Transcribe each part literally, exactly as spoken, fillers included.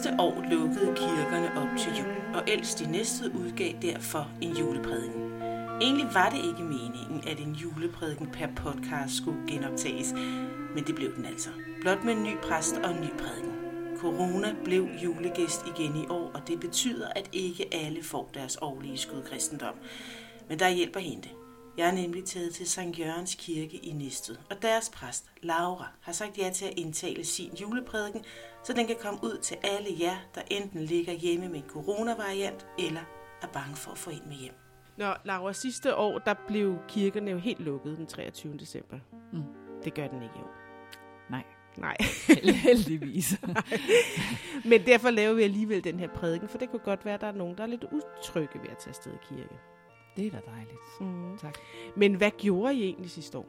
Sidste år lukkede kirkerne op til jul, og Ældst i Næstved udgav derfor en juleprædiken. Egentlig var det ikke meningen, at en juleprædiken per podcast skulle genoptages, men det blev den altså. Blot med en ny præst og en ny prædiken. Corona blev julegæst igen i år, og det betyder, at ikke alle får deres årlige skud kristendom. Men der hjælper hende. Jeg er nemlig taget til Sankt Jørgens Kirke i Næstved, og deres præst, Laura, har sagt ja til at indtale sin juleprædiken, så den kan komme ud til alle jer, der enten ligger hjemme med en coronavariant, eller er bange for at få en med hjem. Nå, Laura, sidste år, der blev kirkerne jo helt lukket den treogtyvende december. Mm. Det gør den ikke i år. Nej. Nej. Heldigvis. Men derfor laver vi alligevel den her prædiken, for det kunne godt være, at der er nogen, der er lidt utrygge ved at tage afsted i kirke. Det er da dejligt. Mm. Tak. Men hvad gjorde I egentlig sidste år?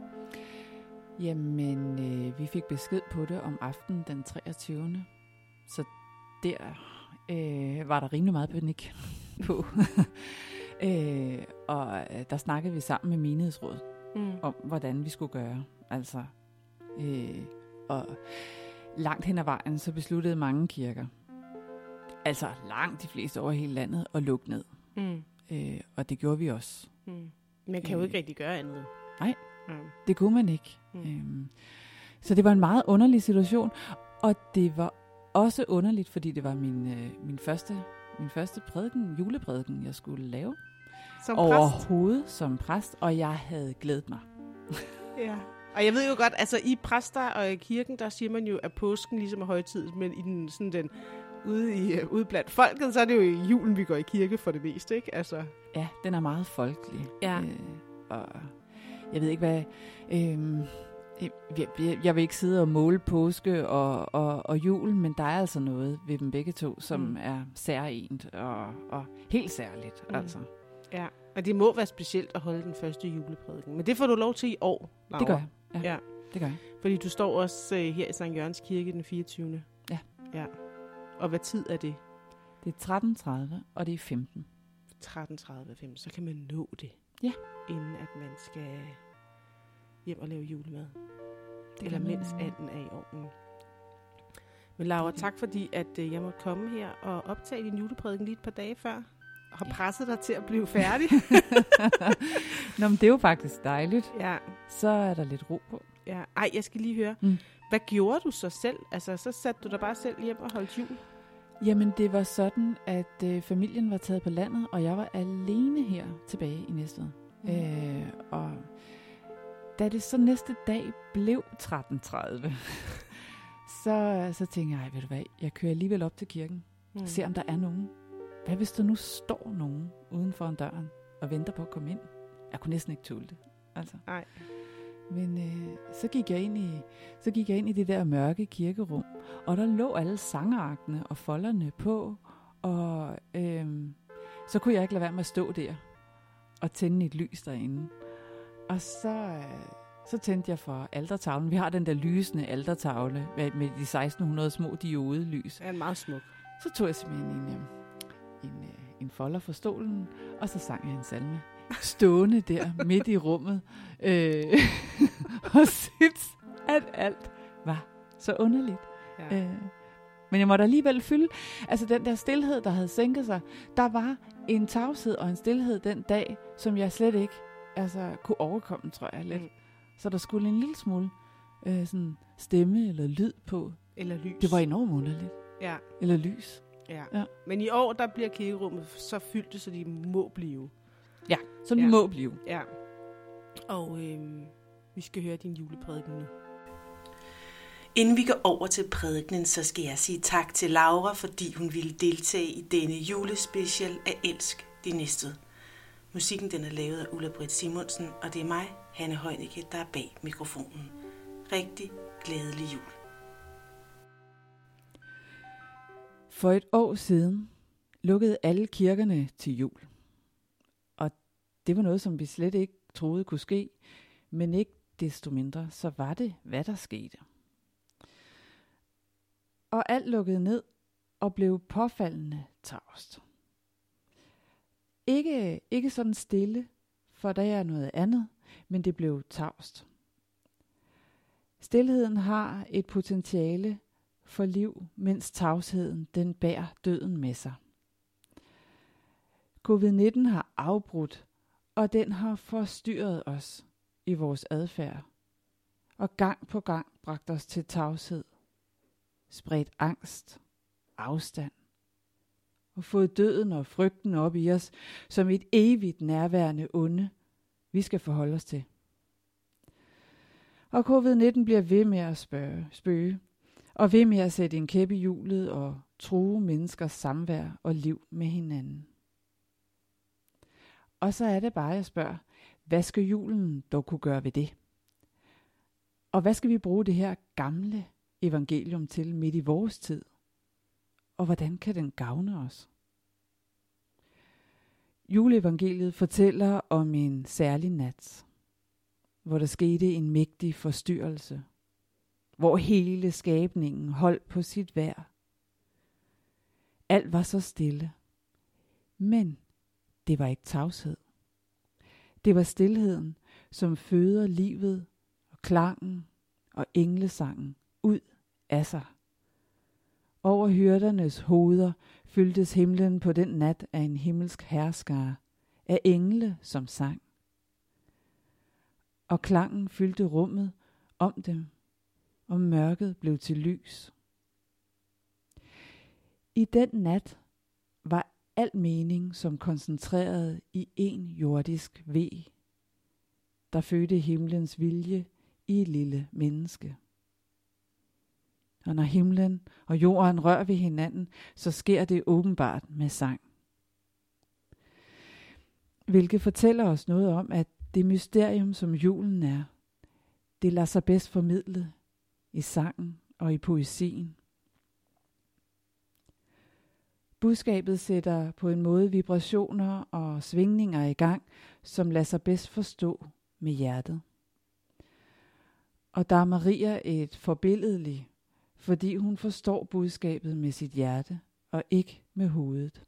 Jamen, øh, vi fik besked på det om aftenen den treogtyvende Så der øh, var der rimelig meget panik på. øh, og der snakkede vi sammen med menighedsrådet mm. om, hvordan vi skulle gøre. Altså, øh, og langt hen ad vejen, så besluttede mange kirker, altså langt de fleste over hele landet, at lukke ned. Mm. Øh, og det gjorde vi også. Mm. Man kan jo ikke rigtig gøre andet. Nej, mm. det kunne man ikke. Mm. Øhm, så det var en meget underlig situation, og det var også underligt, fordi det var min, øh, min første, min første prædiken, juleprædiken, jeg skulle lave. Som Overhovedet præst? Som præst, og jeg havde glædet mig. Ja. Og jeg ved jo godt, altså i præster og i kirken, der siger man jo, at påsken ligesom er højtid, men i den, sådan den ude, i, ude blandt folket, så er det jo i julen, vi går i kirke for det meste, ikke? Altså. Ja, den er meget folkelig. Ja. Øh, og jeg ved ikke, hvad... Øh, jeg, jeg, jeg vil ikke sidde og måle påske og, og, og jul, men der er altså noget ved dem begge to, som mm. er særligt og, og helt særligt, mm. altså. Ja, og det må være specielt at holde den første juleprædiken. Men det får du lov til i år, Laura. Det gør jeg. Ja, ja. det gør jeg. Fordi du står også uh, her i Sankt Jørgens Kirke den fireogtyvende Ja. Ja. Og hvad tid er det? Det er tretten tredive, og det er femten tretten tredive femten Så kan man nå det. Ja. Inden at man skal hjem og lave julemad. Det Eller mens anden er i ovnen. Men Laura, tak fordi at uh, jeg måtte komme her og optage din juleprædiken lige et par dage før. Og har ja. presset dig til at blive færdig. Nå, men det er jo faktisk dejligt. Ja. Så er der lidt ro på. Ja. Ej, jeg skal lige høre. Mm. Hvad gjorde du så selv? Altså, så satte du dig bare selv hjem og holdt jul? Jamen, det var sådan, at øh, familien var taget på landet, og jeg var alene her tilbage i Næstved. Mm. Øh, og da det så næste dag blev tretten tredive så, så tænkte jeg, ved du hvad, jeg kører alligevel op til kirken. Mm. Se, om der er nogen. Hvad hvis der nu står nogen uden for døren og venter på at komme ind? Jeg kunne næsten ikke tåle det. Altså. Nej. Men øh, så gik jeg ind i så gik jeg ind i det der mørke kirkerum, og der lå alle sangarkene og folderne på, og øh, så kunne jeg ikke lade være med at stå der og tænde et lys derinde. Og så øh, så tændte jeg for altertavlen. Vi har den der lysende altertavle med, med de seksten hundrede små diodelys. Det er meget smuk. Så tog jeg simpelthen en, en, en, en folder fra stolen, og så sang jeg en salme. Stående der midt i rummet, øh, og synes, at alt var så underligt. Ja. Øh, men jeg måtte alligevel fylde, altså den der stilhed, der havde sænket sig, der var en tavshed og en stilhed den dag, som jeg slet ikke altså, kunne overkomme, tror jeg lidt. Mm. Så der skulle en lille smule øh, sådan stemme eller lyd på. Eller lys. Det var enormt underligt. Ja. Eller lys. Ja. Ja. Men i år, der bliver kirkerummet så fyldt, så de må blive. Ja, så de ja. må blive. Ja. Og øh, vi skal høre din juleprædiken nu. Inden vi går over til prædikenen, så skal jeg sige tak til Laura, fordi hun ville deltage i denne julespecial af Elsk de Næstved. Musikken den er lavet af Ulla Britt Simonsen, og det er mig, Hanne Højnicke, der er bag mikrofonen. Rigtig glædelig jul. For et år siden lukkede alle kirkerne til jul. Og det var noget, som vi slet ikke troede kunne ske, men ikke desto mindre, så var det, hvad der skete. Og alt lukkede ned og blev påfaldende tavst. Ikke, ikke sådan stille, for der er noget andet, men det blev tavst. Stilheden har et potentiale for liv, mens tavsheden den bærer døden med sig. covid nitten har afbrudt, og den har forstyrret os i vores adfærd, og gang på gang bragt os til tavshed, spredt angst, afstand, og fået døden og frygten op i os som et evigt nærværende onde, vi skal forholde os til. Og covid nitten bliver ved med at spørge, spøge, og ved med at sætte en kæp i hjulet og true menneskers samvær og liv med hinanden. Og så er det bare, jeg spørger, hvad skal julen dog kunne gøre ved det? Og hvad skal vi bruge det her gamle evangelium til midt i vores tid? Og hvordan kan den gavne os? Juleevangeliet fortæller om en særlig nat, hvor der skete en mægtig forstyrrelse, hvor hele skabningen holdt på sit vejr. Alt var så stille, men det var ikke tavshed. Det var stilheden, som føder livet og klangen og englesangen ud af sig. Over hyrdernes hoveder fyldtes himlen på den nat af en himmelsk herskare, af engle som sang. Og klangen fyldte rummet om dem, og mørket blev til lys. I den nat var al mening som koncentreret i en jordisk ve, der fødte himlens vilje i et lille menneske. Og når himlen og jorden rører ved hinanden, så sker det åbenbart med sang. Hvilket fortæller os noget om, at det mysterium, som julen er, det lader sig bedst formidle i sangen og i poesien. Budskabet sætter på en måde vibrationer og svingninger i gang, som lader sig bedst forstå med hjertet. Og der er Maria et forbilledeligt, fordi hun forstår budskabet med sit hjerte og ikke med hovedet.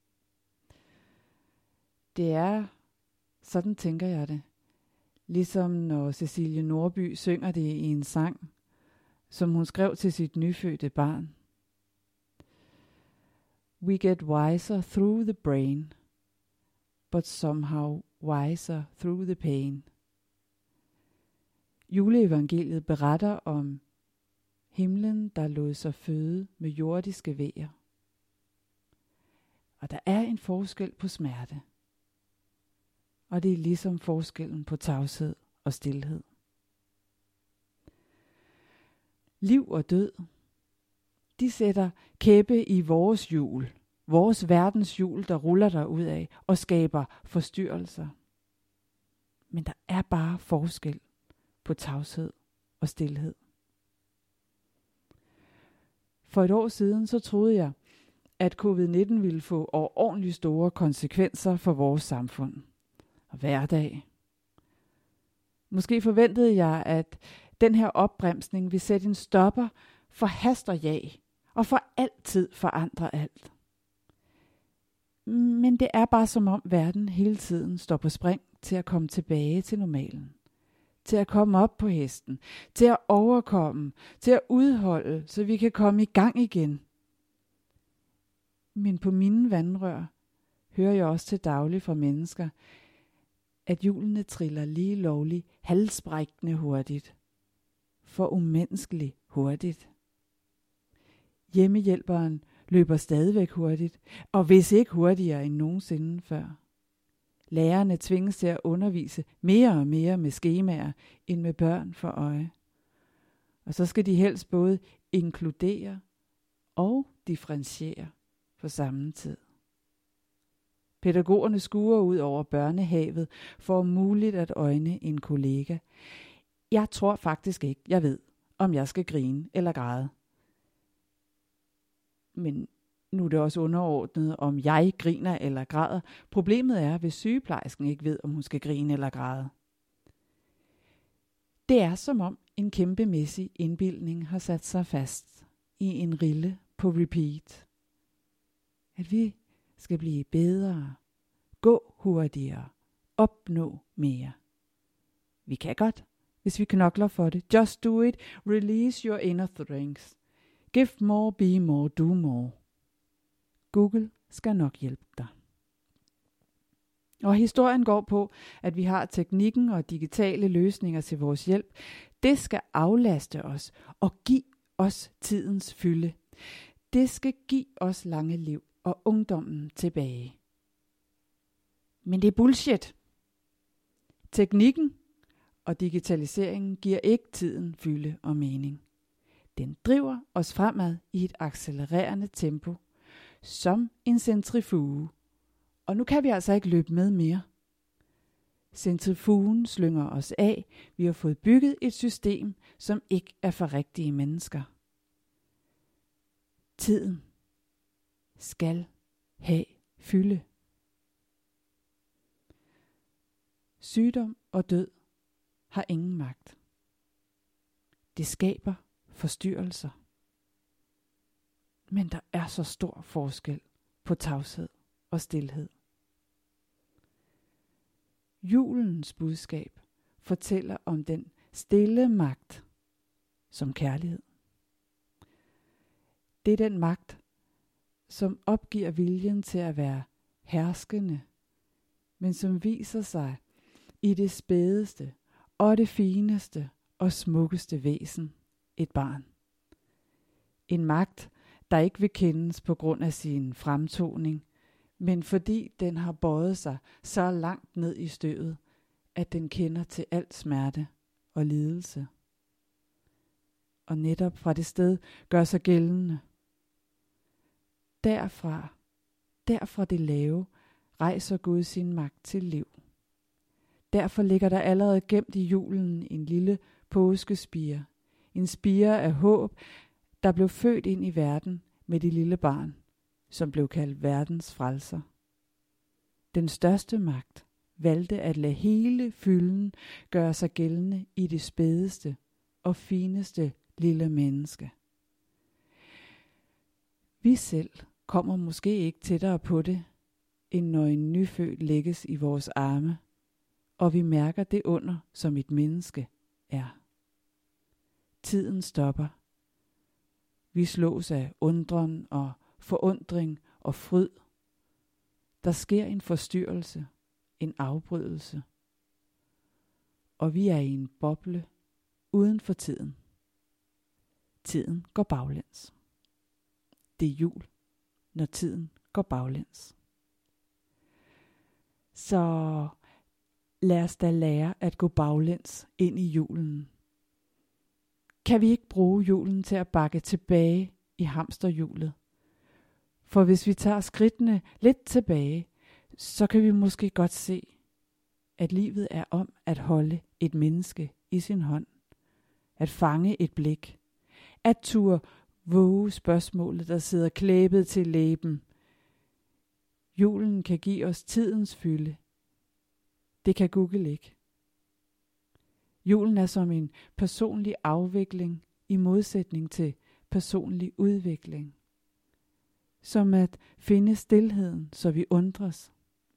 Det er, sådan tænker jeg det, ligesom når Cecilie Nordby synger det i en sang, som hun skrev til sit nyfødte barn. We get wiser through the brain, but somehow wiser through the pain. Juleevangeliet beretter om himlen, der lod sig føde med jordiske vejer. Og der er en forskel på smerte. Og det er ligesom forskellen på tavshed og stilhed. Liv og død, de sætter kæppe i vores hjul, vores verdens hjul, der ruller derudad og skaber forstyrrelser. Men der er bare forskel på tavshed og stilhed. For et år siden så troede jeg, at covid nitten ville få overordentligt store konsekvenser for vores samfund og hverdag. Måske forventede jeg, at den her opbremsning vil sætte en stopper for hast og jag og for altid forandre alt. Men det er bare som om verden hele tiden står på spring til at komme tilbage til normalen. Til at komme op på hesten, til at overkomme, til at udholde, så vi kan komme i gang igen. Men på mine vandrør hører jeg også til daglig fra mennesker, at hjulene triller lige lovligt halsbrækkende hurtigt. For umenneskeligt hurtigt. Hjemmehjælperen løber stadigvæk hurtigt, og hvis ikke hurtigere end nogensinde før. Lærerne tvinges til at undervise mere og mere med skemaer end med børn for øje. Og så skal de helst både inkludere og differentiere på samme tid. Pædagogerne skuer ud over børnehavet for muligt at øjne en kollega. Jeg tror faktisk ikke, jeg ved, om jeg skal grine eller græde. Men nu er det også underordnet, om jeg griner eller græder. Problemet er, hvis sygeplejersken ikke ved, om hun skal grine eller græde. Det er som om en kæmpemæssig indbildning har sat sig fast i en rille på repeat. At vi skal blive bedre, gå hurtigere, opnå mere. Vi kan godt, hvis vi knokler for det. Just do it. Release your inner strength. Give more, be more, do more. Google skal nok hjælpe dig. Og historien går på, at vi har teknikken og digitale løsninger til vores hjælp. Det skal aflaste os og give os tidens fylde. Det skal give os lange liv og ungdommen tilbage. Men det er bullshit. Teknikken og digitaliseringen giver ikke tiden fylde og mening. Den driver os fremad i et accelererende tempo, som en centrifuge. Og nu kan vi altså ikke løbe med mere. Centrifugen slynger os af. Vi har fået bygget et system, som ikke er for rigtige mennesker. Tiden skal have fylde. Sygdom og død har ingen magt. Det skaber forstyrrelser. Men der er så stor forskel på tavshed og stilhed. Julens budskab fortæller om den stille magt som kærlighed. Det er den magt, som opgiver viljen til at være herskende, men som viser sig i det spædeste og det fineste og smukkeste væsen, et barn. En magt, der ikke vil kendes på grund af sin fremtoning, men fordi den har bøjet sig så langt ned i støvet, at den kender til al smerte og lidelse. Og netop fra det sted gør sig gældende. Derfra, derfra det lave, rejser Gud sin magt til liv. Derfor ligger der allerede gemt i julen en lille påskespire, en spire af håb, der blev født ind i verden med det lille barn, som blev kaldt verdens frelser. Den største magt valgte at lade hele fylden gøre sig gældende i det spædeste og fineste lille menneske. Vi selv kommer måske ikke tættere på det, end når en nyfødt lægges i vores arme, og vi mærker det under, som et menneske er. Tiden stopper. Vi slås af undren og forundring og fryd. Der sker en forstyrrelse, en afbrydelse. Og vi er i en boble uden for tiden. Tiden går baglæns. Det er jul, når tiden går baglæns. Så lad os da lære at gå baglæns ind i julen. Kan vi ikke bruge julen til at bakke tilbage i hamsterhjulet? For hvis vi tager skridtene lidt tilbage, så kan vi måske godt se, at livet er om at holde et menneske i sin hånd. At fange et blik. At turde våge spørgsmålet, der sidder klæbet til læben. Julen kan give os tidens fylde. Det kan Google ikke. Julen er som en personlig afvikling i modsætning til personlig udvikling. Som at finde stilheden, så vi undres.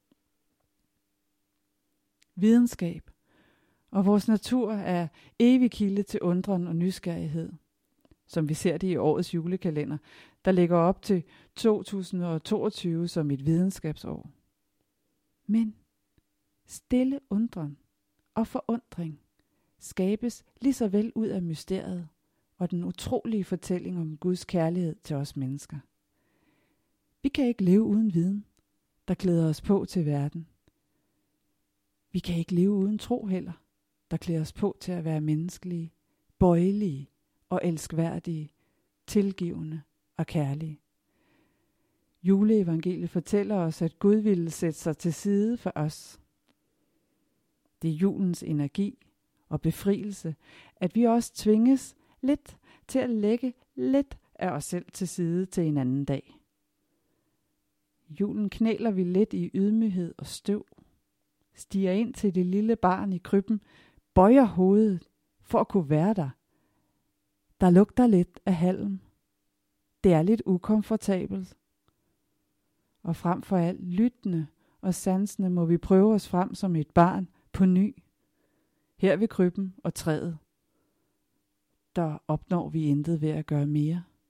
Videnskab og vores natur er evig kilde til undren og nysgerrighed, som vi ser det i årets julekalender, der ligger op til to tusind og toogtyve som et videnskabsår. Men stille undren og forundring skabes lige så vel ud af mysteriet og den utrolige fortælling om Guds kærlighed til os mennesker. Vi kan ikke leve uden viden, der klæder os på til verden. Vi kan ikke leve uden tro heller, der klæder os på til at være menneskelige, bøjelige og elskværdige, tilgivende og kærlige. Juleevangeliet fortæller os, at Gud ville sætte sig til side for os. Det er julens energi og befrielse, at vi også tvinges lidt til at lægge lidt af os selv til side til en anden dag. I julen knæler vi lidt i ydmyghed og støv, stiger ind til det lille barn i krybben, bøjer hovedet for at kunne være der. Der lugter lidt af halm. Det er lidt ukomfortabelt. Og frem for alt lyttende og sansende må vi prøve os frem som et barn på ny. Her ved krybben og træet, der opnår vi intet ved at gøre mere.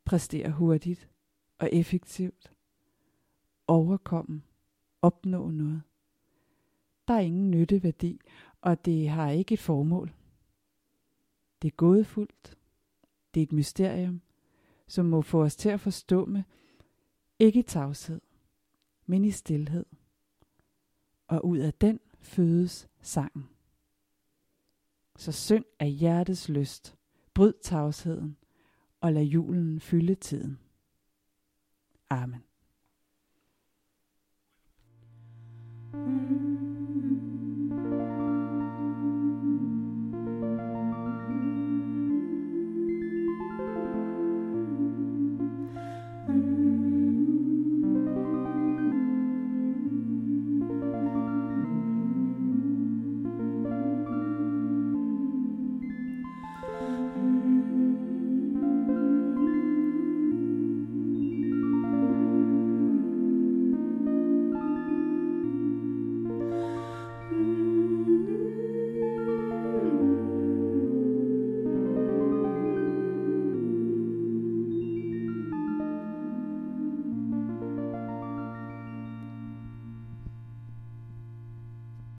præstere hurtigt og effektivt, overkomme, opnå noget. Der er ingen nytteværdi, og det har ikke et formål. Det er gådefuldt. Det er et mysterium, som må få os til at forstumme, ikke i tavshed, men i stilhed. Og ud af den fødes sangen. Så syng af hjertets lyst, bryd tavsheden, og lad julen fylde tiden. Amen. Mm.